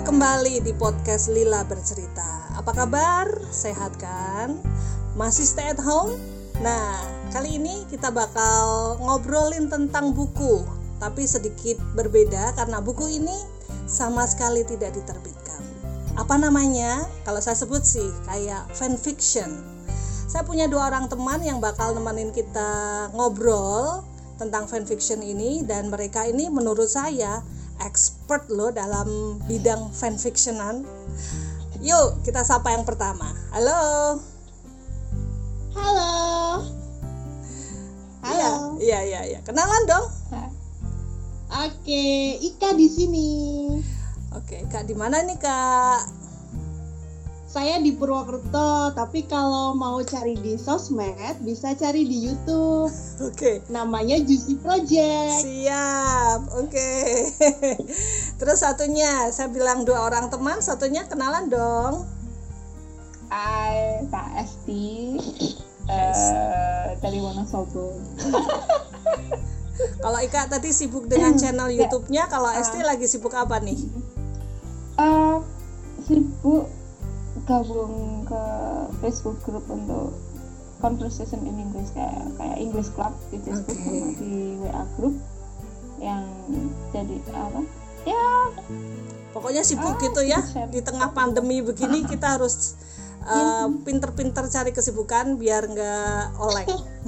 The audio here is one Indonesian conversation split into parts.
kembali di podcast Lila Bercerita. Apa kabar? Sehat kan? Masih stay at home? Nah, kali ini kita bakal ngobrolin tentang buku, tapi sedikit berbeda karena buku ini sama sekali tidak diterbitkan. Apa namanya? Kalau saya sebut sih kayak fanfiction. Saya punya 2 orang teman yang bakal nemenin kita ngobrol tentang fanfiction ini, dan mereka ini menurut saya expert loh dalam bidang fanfictionan. Yuk kita sapa yang pertama. Halo. Halo. Halo. Iya. Kenalan dong. Oke, Ika di sini. Oke, Kak di mana nih Kak? Saya di Purwokerto, tapi kalau mau cari di sosmed bisa cari di YouTube. Oke. Namanya Juicy Project. Siap. Oke. Terus satunya, saya bilang 2 orang teman, satunya kenalan dong. Hai, Kak Esti dari Wonosobo. Kalau Ika tadi sibuk dengan channel YouTube-nya, kalau Esti lagi sibuk apa nih? Sibuk gabung ke Facebook group untuk conversation in English, kayak English Club di Facebook sama di WA group yang jadi apa? Ya, pokoknya sibuk gitu ya. Di tengah pandemi begini kita harus pinter-pinter cari kesibukan biar nggak oleng.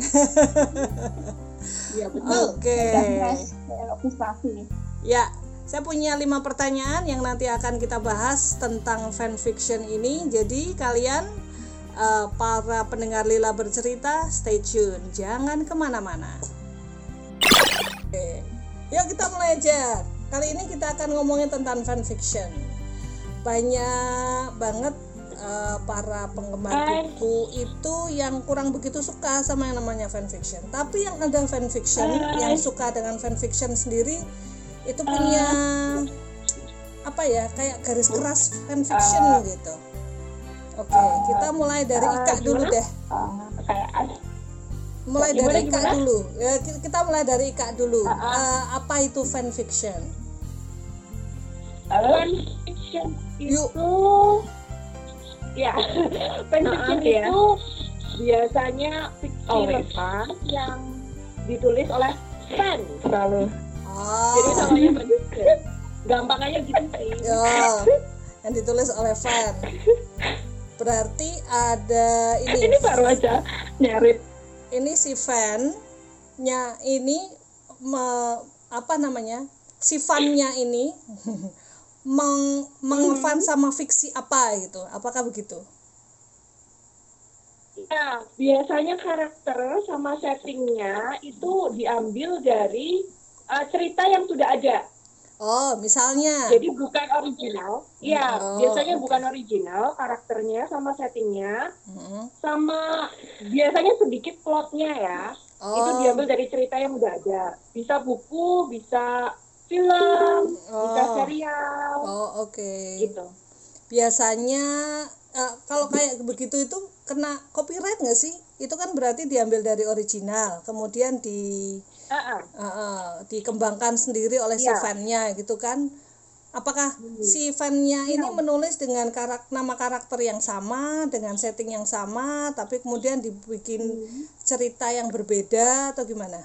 Iya betul. Oke. Frustasi. Ya, saya punya 5 pertanyaan yang nanti akan kita bahas tentang fanfiction ini. Jadi kalian para pendengar Lila Bercerita, stay tune, jangan kemana-mana. Oke, yuk kita mulai aja. Kali ini kita akan ngomongin tentang fanfiction. Banyak banget para penggemar buku itu yang kurang begitu suka sama yang namanya fanfiction. Tapi yang ada fanfiction, yang suka dengan fanfiction sendiri itu punya apa ya, kayak garis keras fanfiction gitu. Oke, kita mulai dari Ika dulu deh. Mulai dari Ika dulu. Ya, kita mulai dari Ika dulu. Apa itu fanfiction? Fanfiction itu ya, fanfiction itu biasanya fiksi lepas yang ditulis oleh fan selalu. Jadi namanya fanfiction. Gampangannya gitu sih. Yang ditulis oleh fan. Berarti ada ini. Ini baru aja nyari. Ini si fan-nya ini si fan-nya ini mengfan sama fiksi apa gitu. Apakah begitu? Ya, biasanya karakter sama settingnya itu diambil dari cerita yang sudah ada. Oh, misalnya. Jadi bukan original. Ya, biasanya bukan original karakternya sama settingnya. Sama biasanya sedikit plotnya ya. Itu diambil dari cerita yang udah ada. Bisa buku, bisa film, bisa serial. Oke. Gitu. Biasanya kalau kayak begitu itu kena copyright nggak sih? Itu kan berarti diambil dari original, kemudian dikembangkan sendiri oleh si fan-nya gitu kan. Apakah si fan-nya ini menulis dengan nama karakter yang sama, dengan setting yang sama, tapi kemudian dibikin cerita yang berbeda atau gimana?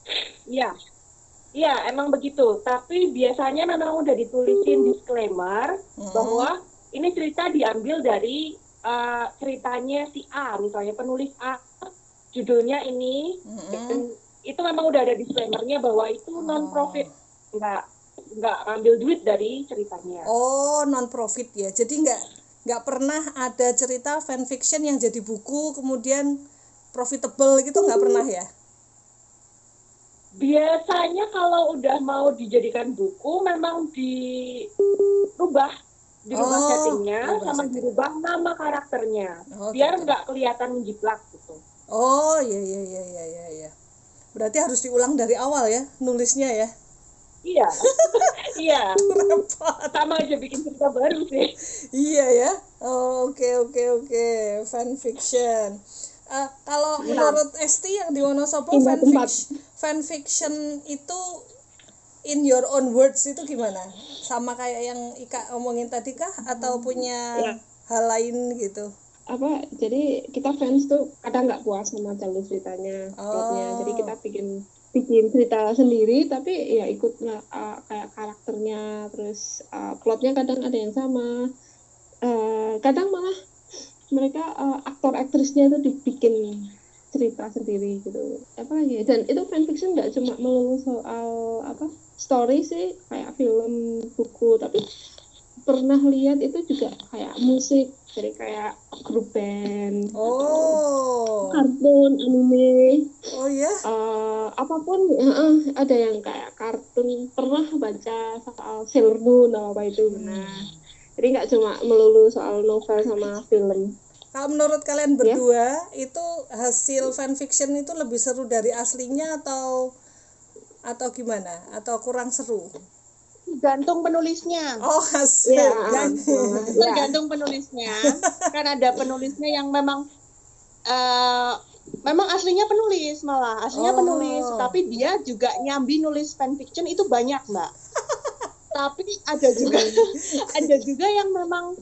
Iya, emang begitu. Tapi biasanya memang udah ditulisin disclaimer bahwa ini cerita diambil dari ceritanya si A, misalnya penulis A, judulnya ini. Itu memang udah ada disclaimer-nya bahwa itu non-profit, nggak ambil duit dari ceritanya. Oh, non-profit ya. Jadi nggak pernah ada cerita fanfiction yang jadi buku kemudian profitable gitu, nggak pernah ya? Biasanya kalau udah mau dijadikan buku memang dirubah settingnya, sama dirubah nama karakternya, biar nggak kelihatan menjiplak gitu. Oh, iya. Berarti harus diulang dari awal ya nulisnya ya? Iya. Iya. Repot. Sama aja bikin cerita baru sih. Iya ya. Oke. Fanfiction. Kalau menurut Esti yang di Wonosobo, fanfiction itu in your own words itu gimana? sama kayak yang Ika omongin tadi kah atau punya Ya. hal lain gitu? Jadi kita fans tuh kadang nggak puas sama jalur ceritanya, plotnya. Jadi kita bikin cerita sendiri, tapi ya ikut kayak karakternya, terus plotnya kadang ada yang sama. Kadang malah mereka aktor aktrisnya itu dibikin cerita sendiri gitu. Apalagi dan itu fanfiction nggak cuma melulu soal story sih, kayak film, buku, tapi pernah lihat itu juga kayak musik, jadi kayak grup band, kartun, anime, ya, apapun, ada yang kayak kartun. Pernah baca soal Sailor Moon apa itu, jadi nggak cuma melulu soal novel sama film. Kalau menurut kalian berdua itu hasil fanfiction itu lebih seru dari aslinya atau gimana? Atau kurang seru? Tergantung penulisnya. Hasil. Tergantung penulisnya. Kan ada penulisnya yang memang aslinya penulis, penulis, tapi dia juga nyambi nulis fanfiction itu banyak, Mbak. Tapi ada juga yang memang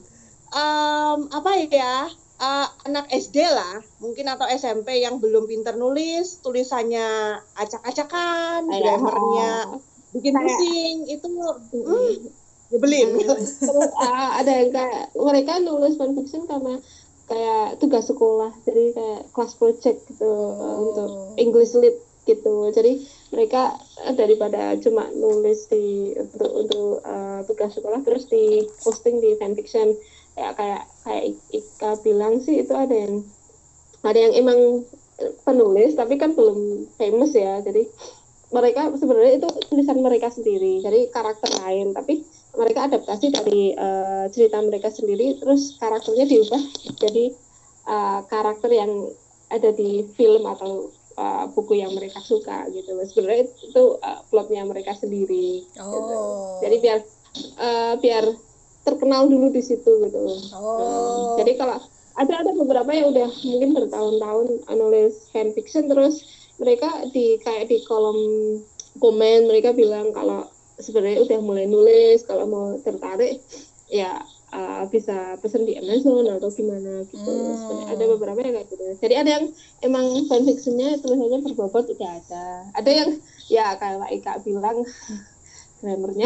anak SD lah, mungkin atau SMP yang belum pinter nulis, tulisannya acak-acakan, grammarnya bikin pusing, itu nyebelin. Terus ada yang kayak mereka nulis fanfiction karena kayak tugas sekolah, jadi kayak class project gitu, untuk English Lit gitu. Jadi mereka daripada cuma nulis untuk tugas sekolah terus di posting di fanfiction, kayak Ika bilang sih, itu ada yang emang penulis tapi kan belum famous ya, jadi mereka sebenarnya itu tulisan mereka sendiri, jadi karakter lain, tapi mereka adaptasi dari cerita mereka sendiri, terus karakternya diubah jadi karakter yang ada di film atau buku yang mereka suka gitu. Sebenarnya itu plotnya mereka sendiri. Gitu. Jadi biar terkenal dulu di situ gitu. Jadi kalau ada beberapa yang udah mungkin bertahun-tahun nulis fanfiction, terus mereka di kolom komen mereka bilang kalau sebenarnya udah mulai nulis, kalau mau tertarik ya bisa pesen di Amazon atau gimana gitu. Sebenarnya ada beberapa yang kayak gitu. Jadi ada yang emang fanfictionnya tulisannya berbobot, udah ada. Ada yang ya kayak Ika bilang grammarnya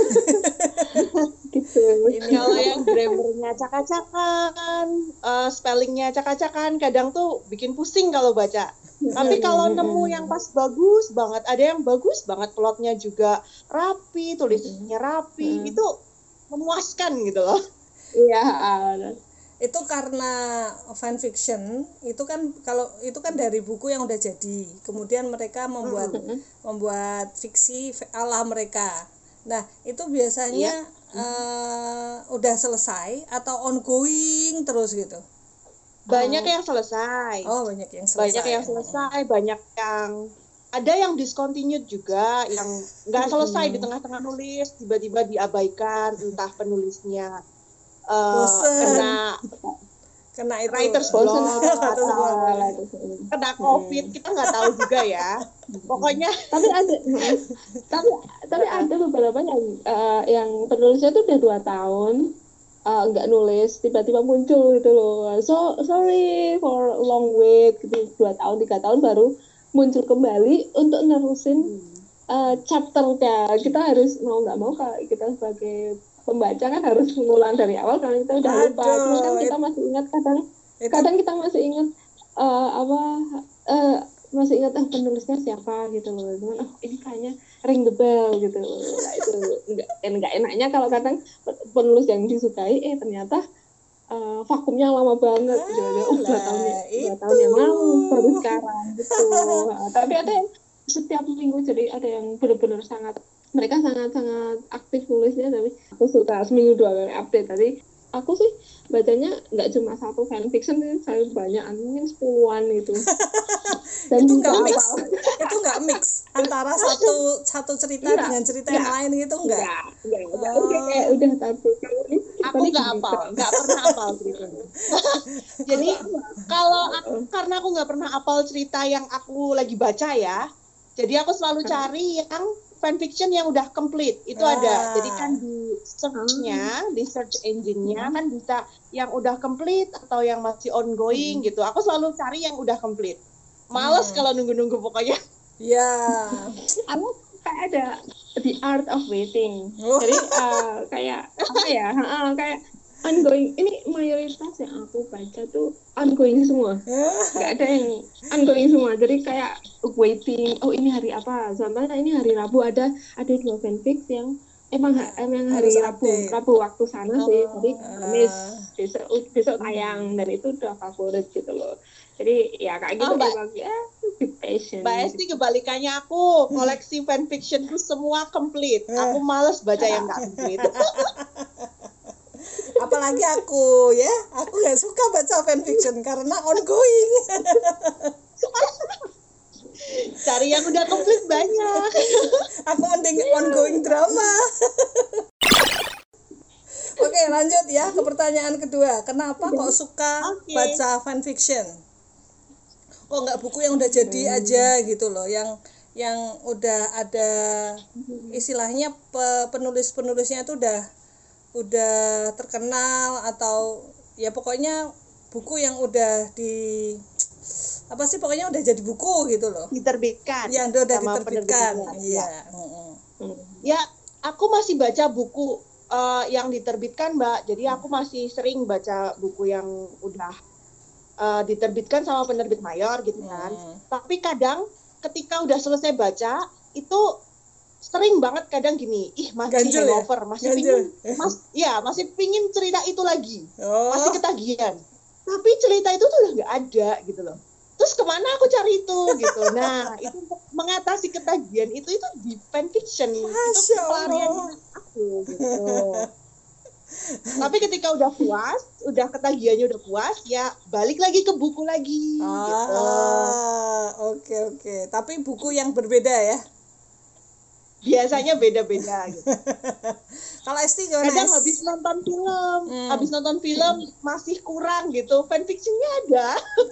gitu. Kalau yang grammarnya acak-acakan, spellingnya acak-acakan, kadang tuh bikin pusing kalau baca. Tapi kalau nemu yang pas bagus banget, ada yang bagus banget, plotnya juga rapi, tulisannya rapi, itu memuaskan gitu loh. Iya. Itu karena fanfiction itu kan, kalau itu kan dari buku yang udah jadi, kemudian mereka membuat fiksi ala mereka. Nah itu biasanya udah selesai atau ongoing terus gitu? Banyak yang selesai. Banyak yang selesai. Banyak yang ada yang discontinued juga, yang nggak selesai di tengah-tengah nulis, tiba-tiba diabaikan, entah penulisnya kena itu writer's block atau kena COVID, kita nggak tahu juga ya. Pokoknya tapi ada beberapa yang penulisnya tuh udah 2 tahun nggak nulis, tiba-tiba muncul gitu loh. So sorry for long wait gitu, 2 tahun 3 tahun baru muncul kembali untuk nerusin chapternya. Kita harus mau nggak mau, kalau kita sebagai pembaca kan harus mengulang dari awal karena kita udah lupa. Terus kan kita masih ingat, kadang kita masih ingat masih ingat penulisnya siapa gitu loh. Cuman ini kayaknya ring the bell gitu. Nah, itu enggak enaknya kalau kadang penulis yang disukai ternyata vakumnya lama banget gitu. 2 tahun yang lalu baru sekarang gitu. Tapi ada yang setiap minggu, jadi ada yang benar-benar mereka sangat aktif nulisnya, tapi aku suka seminggu 2 kali update. Tadi aku sih bacanya nggak cuma satu fanfiction, saya banyak, mungkin 10-an itu. Dan itu nggak mix antara satu cerita dengan cerita yang lain gitu, nggak? Udah tapi aku nggak pernah apal ceritanya. Jadi karena aku nggak pernah apal cerita yang aku lagi baca ya, jadi aku selalu cari yang fanfiction yang udah complete itu ada. Jadi kan di search-nya, di search engine-nya kan bisa yang udah complete atau yang masih ongoing gitu. Aku selalu cari yang udah complete. Males kalau nunggu-nunggu pokoknya. Ya. Aku kayak ada the art of waiting. Jadi kayak apa ya? Kayak ongoing. Ini mayoritas yang aku baca tuh ongoing semua. Nggak ada yang ongoing semua. Jadi kayak waiting. Oh ini hari apa? Contohnya ini hari Rabu ada 2 fanfic yang emang hari Rabu waktu sana sih. Jadi Kamis besok tayang dan itu udah favorit gitu loh. Jadi ya kayak gitu be patient. Mbak Esti kebalikannya aku, koleksi fanfictionku semua complete. Aku males baca yang nggak complete. Apalagi aku nggak suka baca fanfiction karena ongoing. Cari yang udah complete banyak. Aku mending ongoing drama. Oke, lanjut ya ke pertanyaan kedua. Kenapa kok suka baca fanfiction? Kok nggak buku yang udah jadi aja gitu loh, yang udah ada istilahnya penulis-penulisnya itu udah terkenal, atau ya pokoknya buku yang udah pokoknya udah jadi buku gitu loh. Diterbitkan. Ya, udah diterbitkan. Iya. Ya, aku masih baca buku yang diterbitkan, Mbak. Jadi aku masih sering baca buku yang udah diterbitkan sama penerbit mayor gitu kan. Tapi kadang ketika udah selesai baca itu sering banget kadang gini, masih hangover, masih pingin cerita itu lagi, masih ketagihan. Tapi cerita itu tuh udah nggak ada gitu loh. Terus kemana aku cari itu gitu. Nah itu untuk mengatasi ketagihan itu di fanfiction. Itu pelarian aku gitu. Tapi ketika udah puas, udah ketagihannya udah puas, ya balik lagi ke buku lagi. Gitu. Oke. Tapi buku yang berbeda ya? Biasanya beda-beda. Gitu. Kalau Esti gimana? Kadang habis nonton film masih kurang gitu, fanfictionnya ada.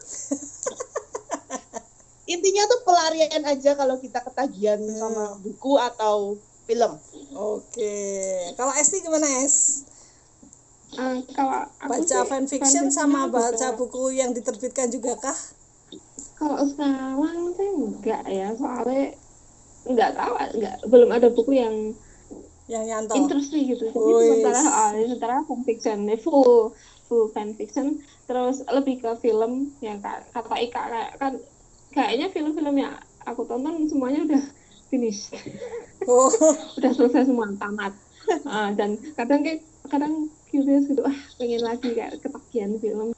Intinya tuh pelarian aja kalau kita ketagihan sama buku atau film. Oke. Kalau Esti gimana, Es? Kalau aku baca fanfiction sama baca buku yang diterbitkan juga kah? Kalau sekarang sih enggak ya, soalnya belum ada buku yang nyantol interest gitu. Jadi sementara fanfiction full fanfiction, terus lebih ke film yang kata Ika kan kayaknya film-film yang aku tonton semuanya udah finish. Udah selesai semua, tamat. Dan kadang curious gitu, pengen lagi kayak ketagihan film.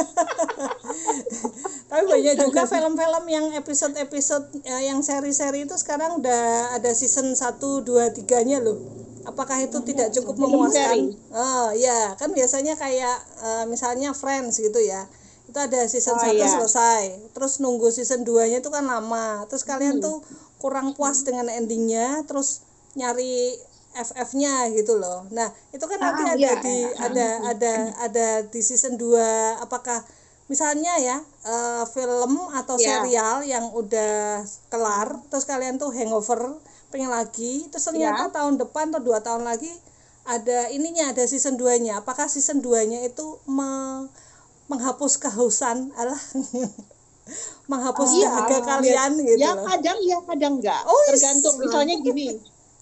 Tapi banyak juga film-film yang episode-episode yang seri-seri itu sekarang udah ada season 1, 2, 3-nya loh. Apakah itu tidak cukup memuaskan? Oh ya, kan biasanya kayak misalnya Friends gitu ya. Itu ada season 1 selesai, terus nunggu season 2-nya itu kan lama. Terus kalian tuh kurang puas dengan endingnya, terus nyari FF-nya gitu loh. Nah, itu kan nanti ada di season 2. Apakah misalnya ya film atau serial yang udah kelar, terus kalian tuh hangover, pengen lagi, terus ternyata tahun depan atau 2 tahun lagi ada season 2-nya. Apakah season 2-nya itu menghapus kehausan, menghapus dahaga kalian gitu ya, loh. Kadang enggak. Tergantung, misalnya gini.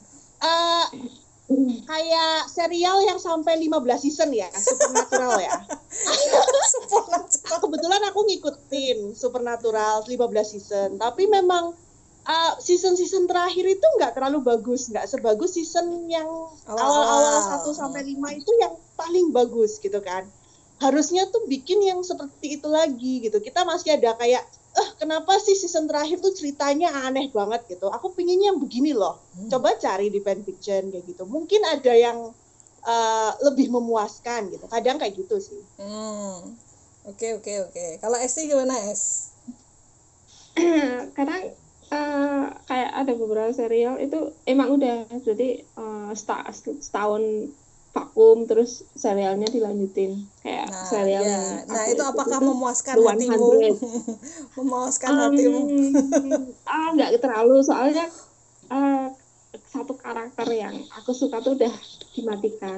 Kayak serial yang sampai 15 season ya, Supernatural ya. Kebetulan aku ngikutin Supernatural 15 season, tapi memang season-season terakhir itu nggak terlalu bagus, nggak sebagus season yang awal-awal 1 sampai 5 itu yang paling bagus gitu kan. Harusnya tuh bikin yang seperti itu lagi gitu. Kita masih ada kayak kenapa sih season terakhir tuh ceritanya aneh banget gitu. Aku pinginnya yang begini loh. Coba cari di fanfiction kayak gitu. Mungkin ada yang lebih memuaskan gitu. Kadang kayak gitu sih. Oke. Kalau Esti gimana, Es? Kadang kayak ada beberapa serial itu emang udah jadi setahun vakum terus serialnya dilanjutin kayak serial itu apakah memuaskan hatimu? Memuaskan hatimu? Nggak terlalu, soalnya satu karakter yang aku suka tuh udah dimatikan.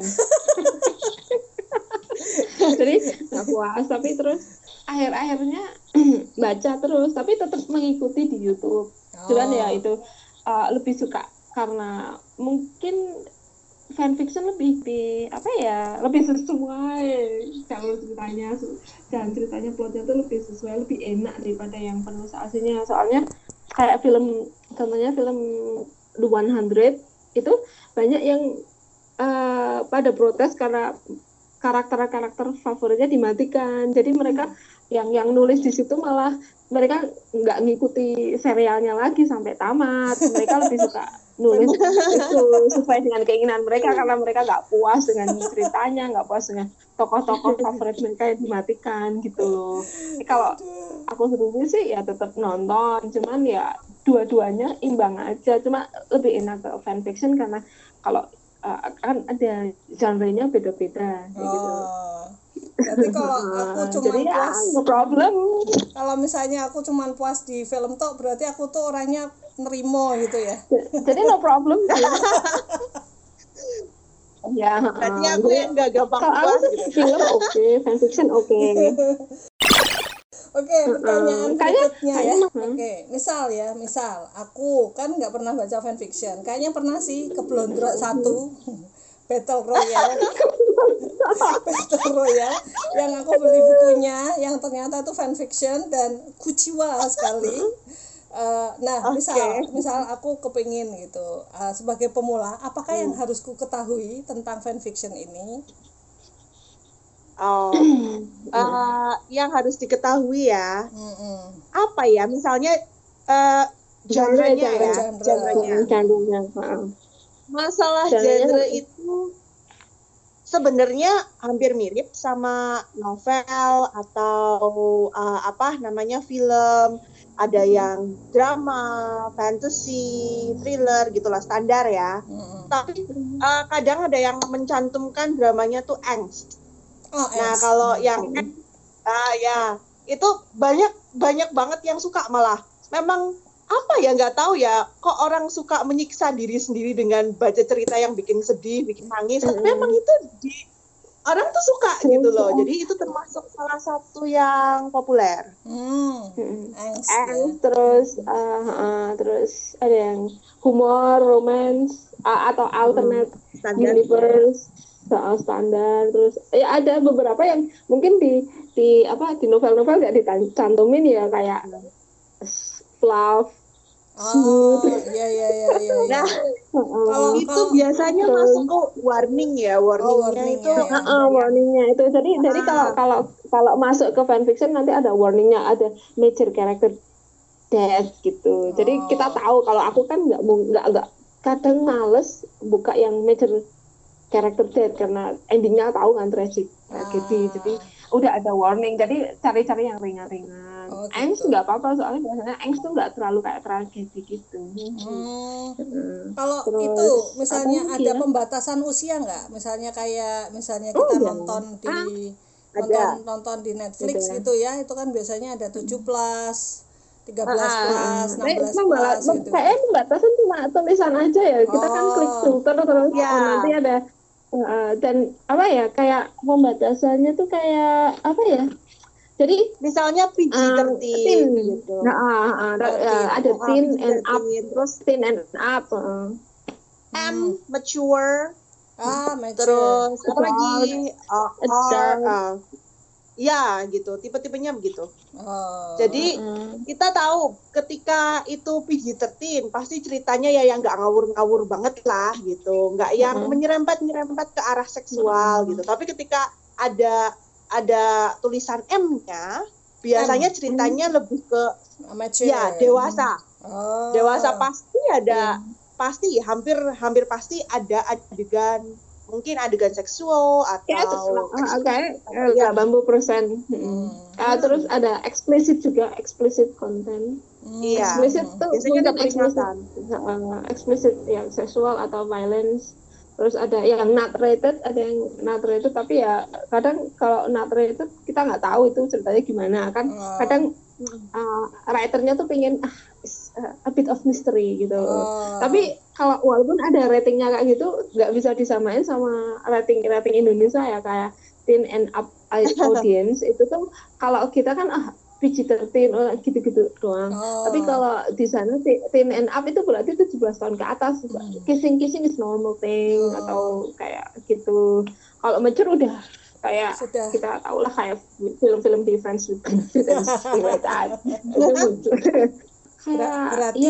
Jadi nggak puas, tapi terus akhirnya baca terus, tapi tetap mengikuti di YouTube. Cuman ya itu lebih suka karena mungkin fanfiction lebih lebih sesuai jalur ceritanya, dan ceritanya plotnya tuh lebih sesuai, lebih enak daripada yang penulis aslinya. Soalnya kayak contohnya film The 100 itu banyak yang pada protes karena karakter favoritnya dimatikan. Jadi mereka yang nulis di situ malah mereka nggak ngikuti serialnya lagi sampai tamat. Mereka lebih suka nulis itu sesuai dengan keinginan mereka karena mereka nggak puas dengan ceritanya, nggak puas dengan tokoh-tokoh favorit mereka yang dimatikan gitu loh. Kalau aku sendiri sih ya tetap nonton, cuman ya dua-duanya imbang aja. Cuma lebih enak ke fanfiction karena kalau kan ada genre-nya beda-beda gitu. Berarti kalau aku cuma jadi puas no problem. Kalau misalnya aku cuma puas di film tok, berarti aku tuh orangnya nerimo gitu ya. Jadi no problem. Ya, berarti aku yang nggak gampang puas gitu. Film oke, fanfiction oke. Oke, pertanyaan berikutnya ya. Oke, misal aku kan nggak pernah baca fanfiction. Kayaknya pernah sih ke Blondrok 1 Battle Royale. Battle Royale yang aku beli bukunya yang ternyata itu fanfiction dan kuciwa sekali. Misal aku kepingin gitu sebagai pemula, apakah yang harus ku ketahui tentang fanfiction ini? Yang harus diketahui ya, apa ya? Misalnya genre-nya ya, genre-nya. Masalah genre itu sebenarnya hampir mirip sama novel atau film. Ada yang drama, fantasy, thriller gitulah, standar ya. Tapi kadang ada yang mencantumkan dramanya tuh angst. Nah kalau yang itu banyak banget yang suka, malah memang apa ya, nggak tahu ya kok orang suka menyiksa diri sendiri dengan baca cerita yang bikin sedih, bikin nangis. Memang itu orang tuh suka gitu loh. Jadi itu termasuk salah satu yang populer. Terus ada yang humor, romance, atau alternate universe, soal standar. Terus ya ada beberapa yang mungkin di novel-novel nggak dicantumin ya, kayak love. Iya. Nah, kalau itu biasanya masuk ke warningnya itu. Warningnya itu. Jadi kalau masuk ke fanfiction nanti ada warningnya, ada major character death gitu. Jadi kita tahu, kalau aku kan nggak kadang males buka yang major character death karena endingnya tahu kan tragic tragedi. Jadi udah ada warning. Jadi cari-cari yang ringan-ringan. Angst nggak apa-apa, soalnya biasanya angst tuh nggak terlalu kayak tragedi gitu. Kalau itu misalnya ada pembatasan usia nggak? Misalnya kita nonton di Netflix gitu ya, itu kan biasanya ada 7+, 13+, 16+. Kayaknya pembatasan cuma tulisan aja ya. Kita kan klik filter terus nanti ada dan kayak pembatasannya tuh kayak apa ya? Jadi misalnya PG-13 gitu. Ada teen and up, terus teen and up. Mature. Mature. Terus apa lagi? Ya gitu, tipe-tipenya begitu. Jadi kita tahu ketika itu PG-13 pasti ceritanya ya yang nggak ngawur-ngawur banget lah gitu, nggak yang menyerempet ke arah seksual gitu. Tapi ketika ada tulisan M-nya, biasanya ceritanya lebih ke dewasa. Dewasa pasti hampir pasti ada adegan seksual atau bambu persen. Terus ada explicit content. Explicit tuh mungkin explicit yang seksual atau violence. Terus ada yang not rated, tapi ya kadang kalau not rated kita nggak tahu itu ceritanya gimana kan. Kadang writernya tuh pengen a bit of mystery gitu. Tapi kalau walaupun ada ratingnya kayak gitu, nggak bisa disamain sama rating Indonesia ya, kayak teen and up audience itu tuh kalau kita kan PG-13 gitu-gitu doang. Tapi kalau di sana teen and up itu berarti 17 tahun ke atas. Kissing is normal thing atau kayak gitu. Kalau mature udah kayak Sudah. Kita tahu lah kayak film-film di Friends with Benefits like that. Berarti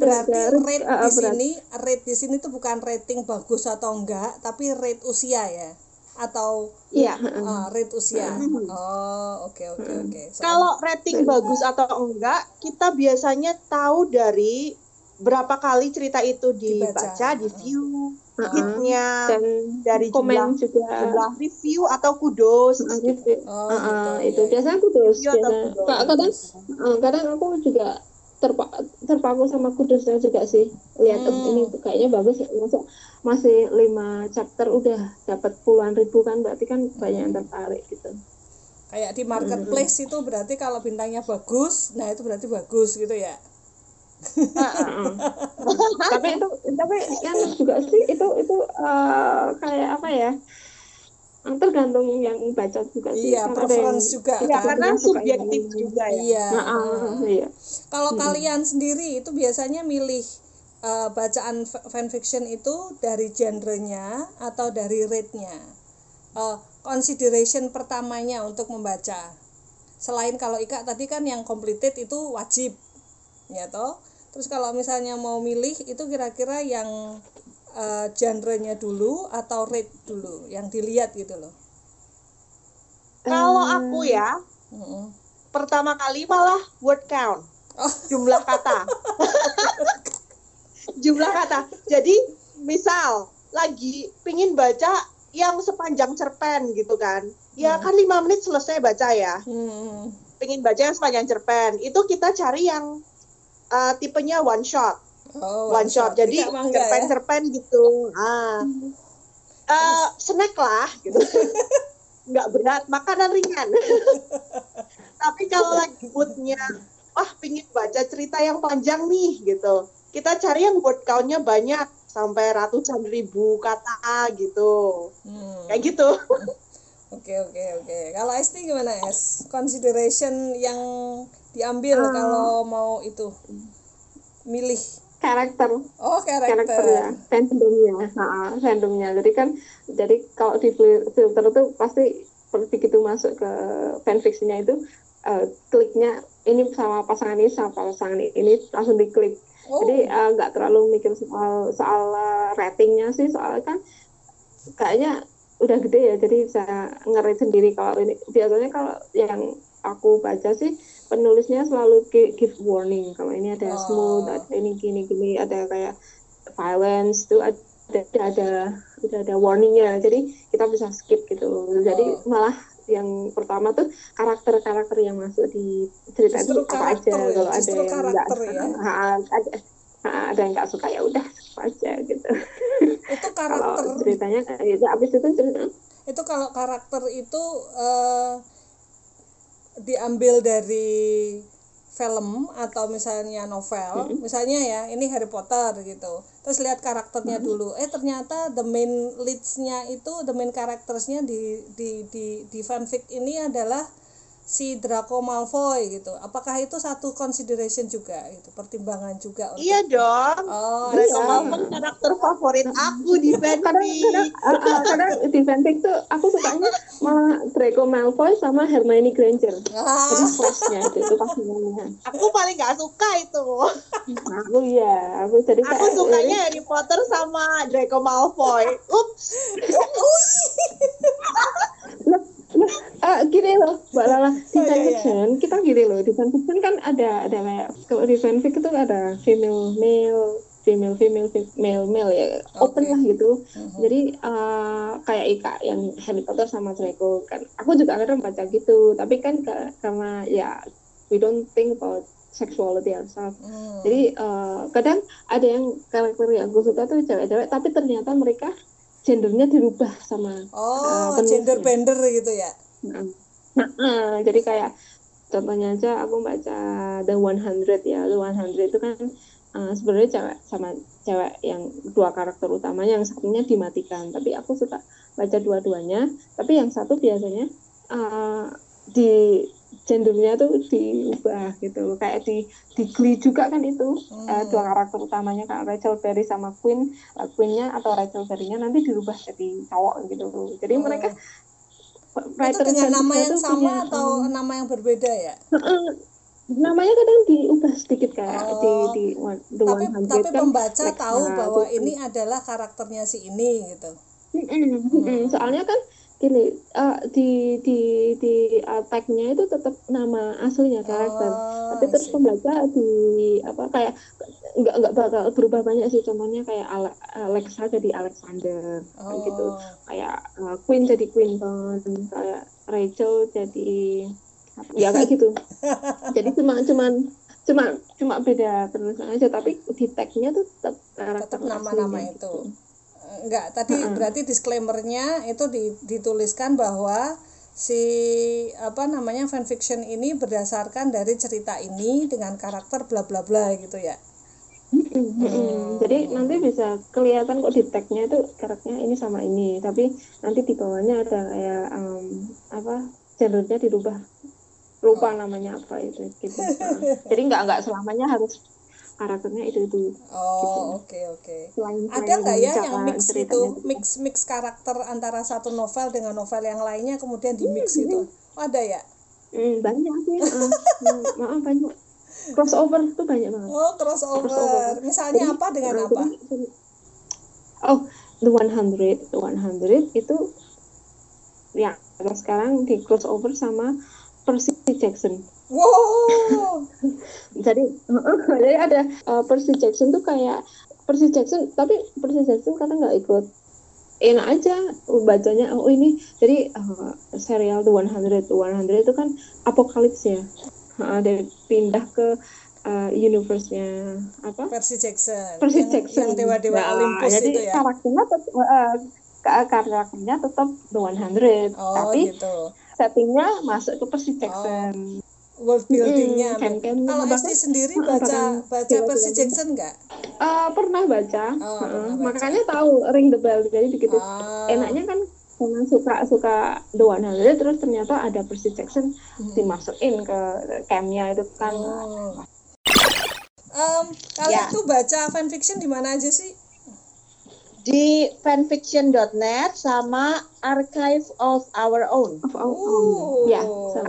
rate di sini tuh bukan rating bagus atau enggak, tapi rate usia ya, atau rate usia. Oke. Kalau rating bagus atau enggak, kita biasanya tahu dari berapa kali cerita itu dibaca, di view, hitnya, dan dari komen jumlah review atau kudos. Gitu. Itu biasanya kudos. Kadang aku juga terpaku sama kudusnya juga sih. Lihat ini kayaknya bagus, masih 5 chapter udah dapat puluhan ribu kan, berarti kan banyak yang tertarik gitu. Kayak di marketplace itu berarti kalau bintangnya bagus, nah itu berarti bagus gitu ya. tapi yang juga sih itu kayak apa ya, tergantung yang baca juga sih. Iya, preference juga ya, kan? karena subjektif juga ya. Iya. Kalau kalian sendiri itu biasanya milih bacaan fanfiction itu dari genrenya atau dari rate-nya? Consideration pertamanya untuk membaca. Selain kalau Ika tadi kan yang completed itu wajib, ya toh. Terus kalau misalnya mau milih itu kira-kira yang genre-nya dulu atau rate dulu yang dilihat gitu loh. Kalau aku ya, pertama kali malah word count, jumlah kata. Jumlah kata. Jadi misal lagi pingin baca yang sepanjang cerpen gitu kan, ya kan 5 menit selesai baca ya. Pingin baca yang sepanjang cerpen, itu kita cari yang tipenya one shot. One shot. Jadi cerpen-cerpen gitu. Snack lah gitu. Nggak berat, makanan ringan. Tapi kalau lagi moodnya, pingin baca cerita yang panjang nih gitu, kita cari yang word count-nya banyak sampai ratusan ribu kata gitu. Kayak gitu. Oke. Kalau Esti gimana, Es? Consideration yang diambil kalau mau itu milih karakter. Karakter ya, fandomnya. Jadi kalau di filter tuh pasti begitu masuk ke fanfictionnya itu kliknya ini sama pasangan ini langsung diklik. Jadi nggak terlalu mikir soal ratingnya sih, soalnya kan kayaknya udah gede ya, jadi bisa nge-rate sendiri. Kalau ini biasanya kalau yang aku baca sih penulisnya selalu give warning, kalau ini ada smooth, ada ini gini, ada kayak violence tuh ada warningnya, jadi kita bisa skip gitu. Jadi malah yang pertama tuh karakter yang masuk di cerita itu apa aja. Kalau ada yang ada yang nggak suka ya udah aja gitu. Itu karakter kalau ceritanya itu abis itu itu kalau karakter itu diambil dari film atau misalnya novel, misalnya ya ini Harry Potter gitu, terus lihat karakternya dulu, ternyata the main leads-nya itu, the main characters-nya di fanfic ini adalah si Draco Malfoy gitu. Apakah itu satu consideration juga gitu, pertimbangan juga untuk... Iya dong. Draco Malfoy karakter favorit aku di fanfic. Kadang di fanfic tuh aku sukanya malah Draco Malfoy sama Hermione Granger. Jadi flashnya itu pasti. Aku paling gak suka itu. Aku jadi aku sukanya Harry Potter sama Draco Malfoy. Ups. Gini loh Mbak Lala, di fanfiction kita gini loh, di fanfiction kan ada kayak, kalau di fanfic itu ada female male ya, open lah gitu. Jadi kayak Ika yang Harry Potter sama Draco kan, aku juga kadang baca gitu, tapi kan karena ya we don't think about sexuality ourselves. Jadi kadang ada yang karakter yang aku suka tuh cewek-cewek, tapi ternyata mereka gendernya dirubah sama gender bender gitu ya. Jadi kayak contohnya aja aku baca The 100 ya, The 100 itu kan sebenarnya cewek yang dua karakter utamanya, yang satunya dimatikan, tapi aku suka baca dua-duanya. Tapi yang satu biasanya di gendernya tuh diubah gitu, kayak di Glee juga kan itu dua karakter utamanya kan Rachel Berry sama Queennya atau Rachel Berry-nya nanti dirubah jadi cowok gitu. Jadi mereka itu dengan nama yang sama punya, atau nama yang berbeda ya? Namanya kadang diubah sedikit kayak di tapi kan pembaca tahu bahwa ini adalah karakternya si ini gitu. Soalnya kan gini, di tag-nya itu tetap nama aslinya karakter, tapi terus pembaca kayak nggak bakal berubah banyak sih. Contohnya kayak Alexa jadi Alexander, gitu, kayak Queen jadi Quinton, kayak Rachel jadi ya kayak gitu. Jadi cuma beda penulisan aja, tapi di tag-nya tuh tetap nama-nama itu. Gitu. Enggak, tadi berarti disclaimer-nya itu dituliskan bahwa si fanfiction ini berdasarkan dari cerita ini dengan karakter bla bla bla gitu ya. Jadi nanti bisa kelihatan kok di tag-nya itu karakternya ini sama ini, tapi nanti di bawahnya ada kayak gendernya dirubah, lupa namanya apa itu gitu. Jadi nggak selamanya harus karakternya itu gitu. Oke. Ada nggak ya yang mix gitu, mix karakter antara satu novel dengan novel yang lainnya kemudian di mix gitu? Ada ya? Banyak sih. Banyak. Crossover tuh banyak banget. Crossover. Misalnya apa dengan apa? The 100 itu ya sekarang di crossover sama Percy Jackson. Wow. Jadi ada Percy Jackson tuh kayak Percy Jackson, tapi Percy Jackson kadang nggak ikut, enak aja bacanya. Ini jadi serial The 100 itu kan apokalips ya. Dia pindah ke universe-nya Percy Jackson. Yang dewa-dewa Olympus jadi itu ya. Karakternya tetap The 100, tapi gitu. settingnya masuk ke Percy Jackson. World buildingnya. Kalau Esti sendiri baca Percy Jackson nggak? Pernah baca. Pernah baca. Makanya tahu Ring the Bell. Jadi begitu enaknya kan karena suka The 100, terus ternyata ada Percy Jackson dimasukin ke campnya itu kan. Kalau itu baca fanfiction di mana aja sih? Di fanfiction.net sama Archive of Our Own. Ya,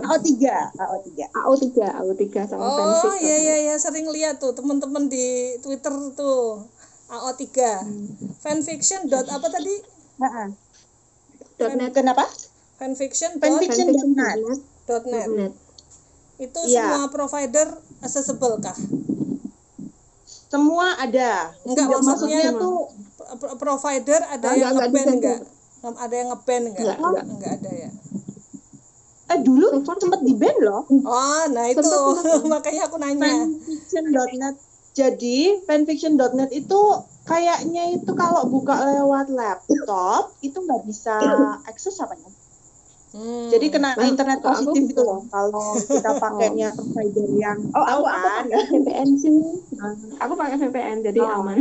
AO3 sama fanfic. Iya, sering lihat tuh teman-teman di Twitter tuh. AO3. Fanfiction. Apa tadi? Kenapa? Fanfiction.net. Itu semua provider accessible kah? Semua ada. Enggak, maksudnya tuh provider ada yang nge-ban enggak? Ada yang nge-ban enggak? Enggak ada ya. Dulu sempat di-ban loh. Nah itu makanya aku nanya. Fanfiction.net. Jadi fanfiction.net itu kayaknya itu kalau buka lewat laptop itu nggak bisa akses apa ya? Jadi kena internet positif itu loh kalau kita pakainya provider yang aku pakai VPN sih. Aku pakai VPN jadi aman.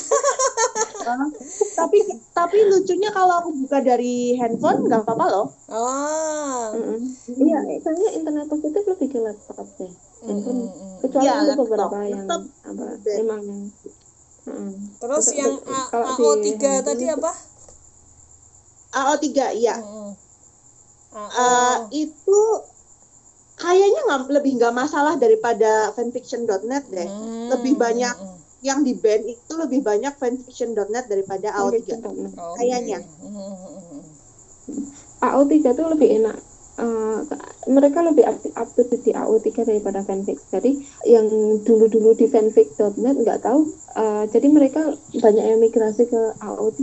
Tapi lucunya kalau aku buka dari handphone nggak apa-apa loh. Iya, kayaknya internet positif lebih ke laptop deh. Handphone kecuali ada beberapa yang emang. Terus yang AO3 tadi apa? AO3 iya. Itu kayaknya lebih nggak masalah daripada fanfiction.net deh. Lebih banyak yang di ban itu lebih banyak fanfiction.net daripada AO3 kayaknya. AO3 tuh lebih enak. Mereka lebih up to date di AO3 daripada fanfic. Jadi yang dulu di fanfic.net nggak tahu. Jadi mereka banyak yang migrasi ke AO3.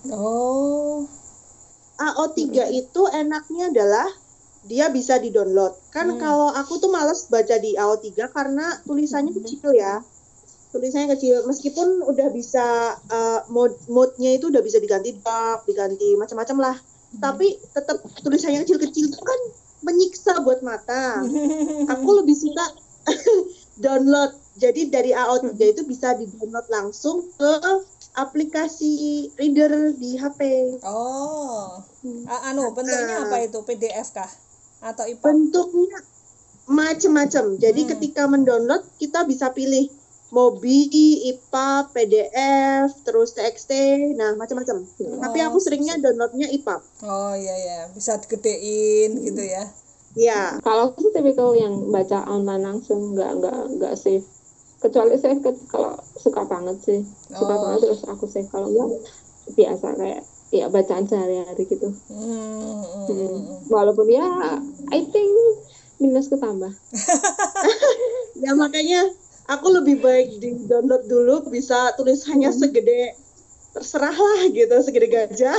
AO3 itu enaknya adalah dia bisa di-download. Kan kalau aku tuh males baca di AO3 karena tulisannya kecil ya. Tulisannya kecil, meskipun udah bisa mode-nya itu udah bisa diganti dark, diganti macam-macam lah. Tapi tetap tulisannya kecil-kecil itu kan menyiksa buat mata. Aku lebih suka download. Jadi dari AO3 itu bisa di-download langsung ke aplikasi reader di HP. Oh. Bentuknya apa itu? PDF kah? Atau EPUB? Bentuknya macam-macam. Jadi ketika mendownload kita bisa pilih Mobi, EPUB, PDF, terus TXT, nah macam-macam. Tapi aku seringnya downloadnya EPUB. Oh iya, bisa digedein gitu ya. Iya. Kalau aku tipikal yang baca online langsung, nggak save. Kecuali save kalau suka banget sih, suka banget terus aku save. Kalau enggak biasa kayak ya bacaan sehari-hari gitu. Walaupun ya I think minus ketambah. Ya makanya aku lebih baik di download dulu, bisa tulisannya segede terserah lah gitu, segede gajah.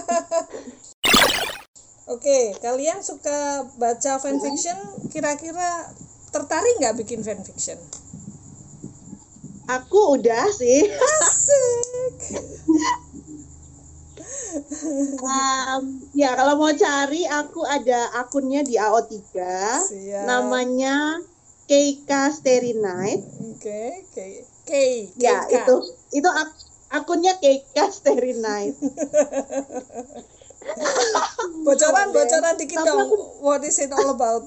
Oke, kalian suka baca fanfiction? Kira-kira tertarik nggak bikin fanfiction? Aku udah sih. Asik. Ya kalau mau cari, aku ada akunnya di AO3. Siap. Namanya Keika Starry Night. Oke. Ya itu akunnya Keika Starry Night. bocoran dikit dong. What is it all about?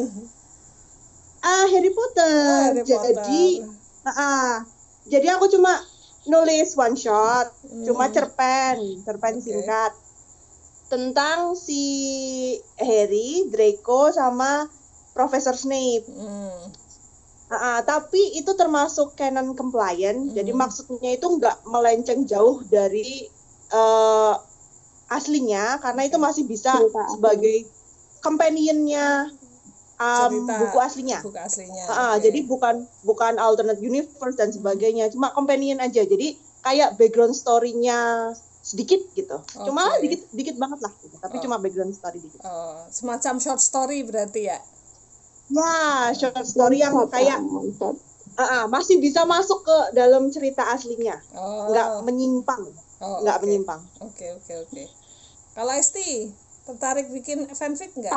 Harry Potter. Harry Potter. Jadi aku cuma nulis one shot, cuma cerpen singkat tentang si Harry, Draco sama Profesor Snape. Tapi itu termasuk canon compliant. Jadi maksudnya itu nggak melenceng jauh dari aslinya, karena itu masih bisa sebagai companionnya buku aslinya. Jadi bukan alternate universe dan sebagainya, cuma companion aja. Jadi kayak background story-nya sedikit gitu. Cuma dikit banget lah gitu. Tapi cuma background story dikit. Semacam short story berarti ya? Ya, short story yang kayak masih bisa masuk ke dalam cerita aslinya. Nggak menyimpang. Menyimpang. Oke. Kalau Esti, tertarik bikin fanfic nggak?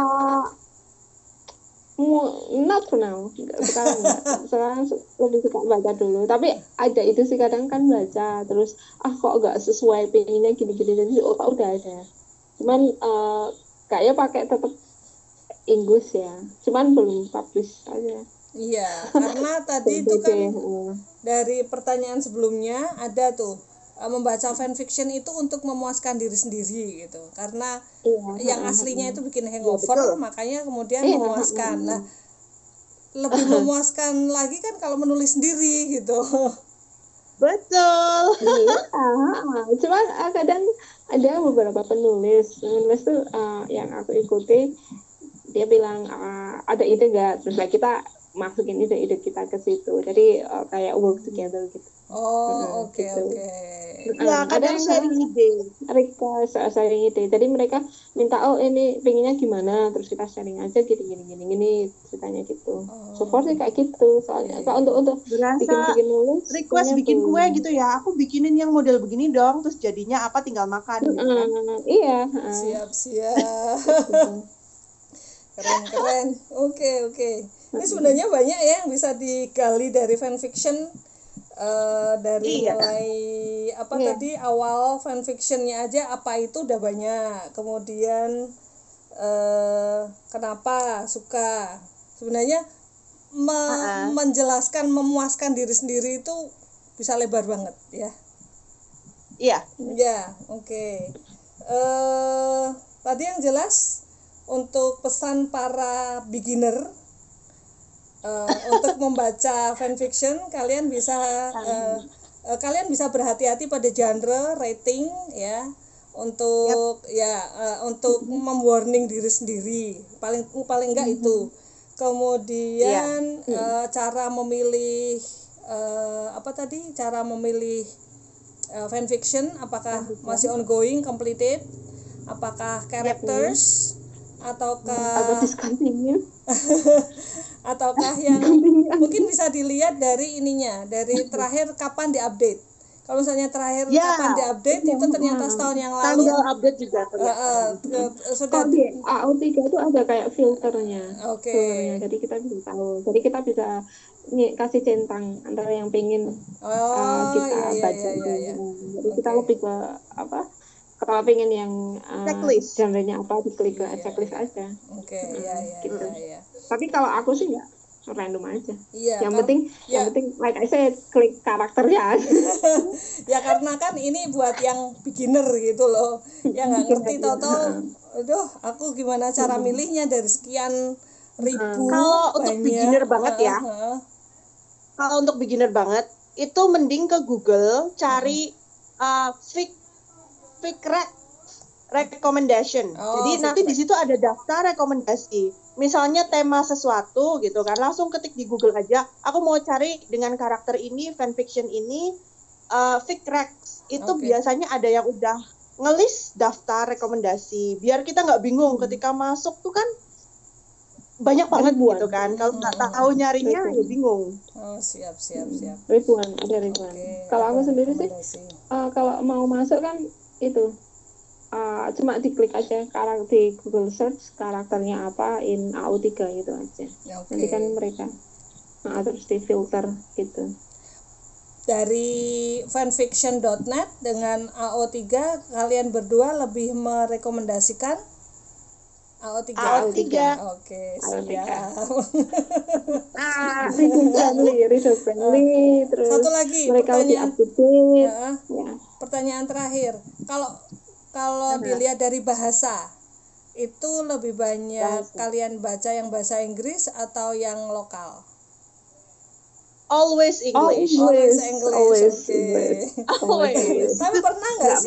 Not for now. Sekarang lebih suka baca dulu. Tapi ada itu sih, kadang kan baca terus kok nggak sesuai pengennya gini-gini, jadi udah ada. Cuman kayaknya pakai tetap Inggris ya. Cuman belum publish aja. Iya, karena tadi itu kan dari pertanyaan sebelumnya ada tuh membaca fanfiction itu untuk memuaskan diri sendiri gitu, karena yang aslinya itu bikin hangover, makanya kemudian memuaskan. Nah, lebih memuaskan lagi kan kalau menulis sendiri gitu. Betul. Cuman kadang ada beberapa penulis tuh yang aku ikuti, dia bilang ada ide nggak, terus kita masukin ide kita ke situ, jadi kayak work together gitu. Oke. Ya, kadang sharing ide. Request sharing ide. Jadi mereka minta ini pengennya gimana, terus kita sharing aja gini ceritanya gitu. So far sih kayak gitu. Soalnya kalau untuk bikin nulis, request bikin kue gitu ya. Aku bikinin yang model begini dong, terus jadinya apa tinggal makan gitu kan. Iya, Siap. Keren. Oke. Ini sebenarnya banyak ya yang bisa digali dari fanfiction. Dari mulai tadi awal fanfictionnya aja apa itu udah banyak, kemudian kenapa suka, sebenarnya menjelaskan memuaskan diri sendiri itu bisa lebar banget ya. Oke. Tadi yang jelas untuk pesan para beginner untuk membaca fanfiction, kalian bisa berhati-hati pada genre, rating ya, untuk untuk memwarning diri sendiri, paling enggak itu. Kemudian cara memilih cara memilih fanfiction, apakah masih ongoing, completed, apakah characters ataukah discontinue ataukah yang mungkin bisa dilihat dari dari terakhir kapan diupdate. Kalau misalnya terakhir kapan diupdate itu ternyata setahun yang lalu. Tanggal update juga sudah di AO3 itu ada kayak filternya. Oke. Jadi kita bisa tahu. Jadi kita bisa kasih centang antara yang pengen kita baca. Jadi kita lebih ke apa? Kalau pengen yang checklist, genre-nya apa diklik ke checklist aja. Gitu. Tapi kalau aku sih nggak random aja. Yang penting like I said, klik karakternya. Ya karena kan ini buat yang beginner gitu loh, yang nggak ngerti tahu-tahu, aduh aku gimana cara milihnya dari sekian ribu. Kalau untuk beginner banget ya, kalau untuk beginner banget itu mending ke Google cari Fic recommendation. Jadi nanti di situ ada daftar rekomendasi. Misalnya tema sesuatu gitu kan, langsung ketik di Google aja. Aku mau cari dengan karakter ini, fanfiction ini, Fic Rec. Itu biasanya ada yang udah ngelis daftar rekomendasi. Biar kita nggak bingung ketika masuk tuh kan banyak banget gitu kan. Kalau nggak tahu nyarinya ya bingung. Siap. Ribuan. Kalau aku sendiri sih, kalau mau masuk kan itu cuma diklik aja di Google Search karakternya apa in AO3 gitu aja. Nanti kan mereka terus difilter gitu. Dari fanfiction.net dengan AO3, kalian berdua lebih merekomendasikan AO3. Oke, siap. Reader friendly, terus satu lagi mereka lebih up to date. Pertanyaan terakhir, kalau dilihat dari bahasa, itu lebih banyak kalian baca yang bahasa Inggris atau yang lokal? Always English. Always. Tapi pernah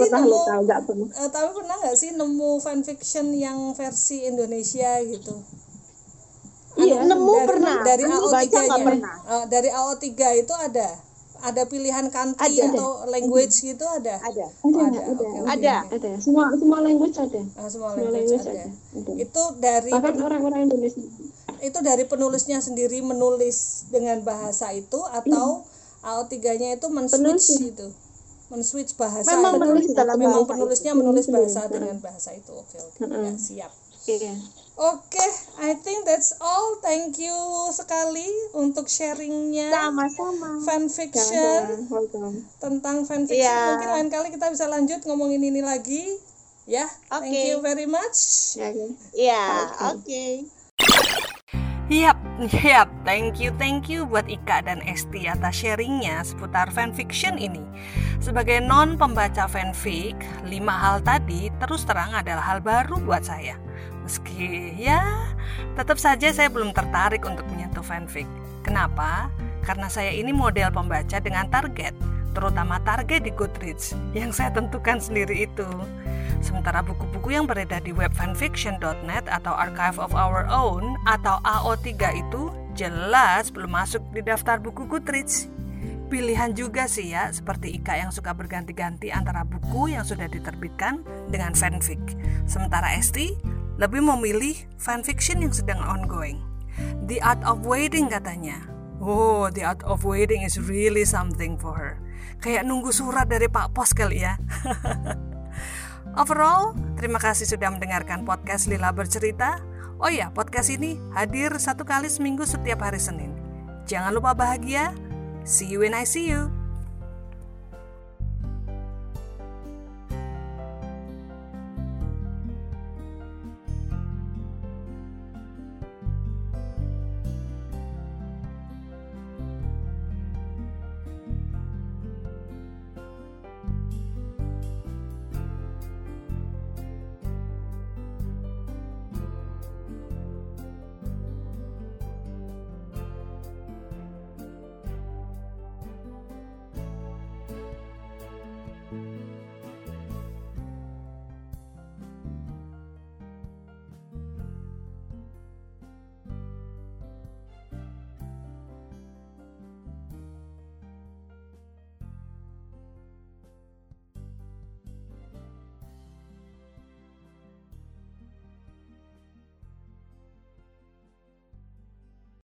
nggak sih nemu fanfiction yang versi Indonesia gitu? Nemu pernah. Dari AO3-nya. Dari AO3 itu ada pilihan country atau language gitu ada? Ada. Semua language ada. Semua language ada. Itu dari bahkan orang-orang Indonesia. Itu dari penulisnya sendiri menulis dengan bahasa itu atau AO3-nya itu men-switch bahasa. Memang penulisnya menulis bahasa dengan bahasa itu. Oke. Ya, siap. Oke, I think that's all. Thank you sekali untuk sharingnya. Sama-sama. Fanfiction. Tentang fanfiction. Mungkin lain kali kita bisa lanjut ngomongin ini lagi. Ya, thank you very much. Oke. Yap, thank you buat Ika dan Esti atas sharingnya seputar fanfiction ini. Sebagai non-pembaca fanfic, 5 hal tadi terus terang adalah hal baru buat saya. Meski tetap saja saya belum tertarik untuk menyentuh fanfic. Kenapa? Karena saya ini model pembaca dengan target, terutama target di Goodreads yang saya tentukan sendiri itu. Sementara buku-buku yang beredar di web fanfiction.net atau Archive of Our Own atau AO3 itu jelas belum masuk di daftar buku Goodreads. Pilihan juga sih ya, seperti Ika yang suka berganti-ganti antara buku yang sudah diterbitkan dengan fanfic. Sementara Esti lebih memilih fanfiction yang sedang ongoing. The Art of Waiting katanya. The Art of Waiting is really something for her. Kayak nunggu surat dari Pak Pos kali ya. Overall, terima kasih sudah mendengarkan podcast Lila Bercerita. Oh ya, podcast ini hadir 1 kali seminggu setiap hari Senin. Jangan lupa bahagia. See you when I see you.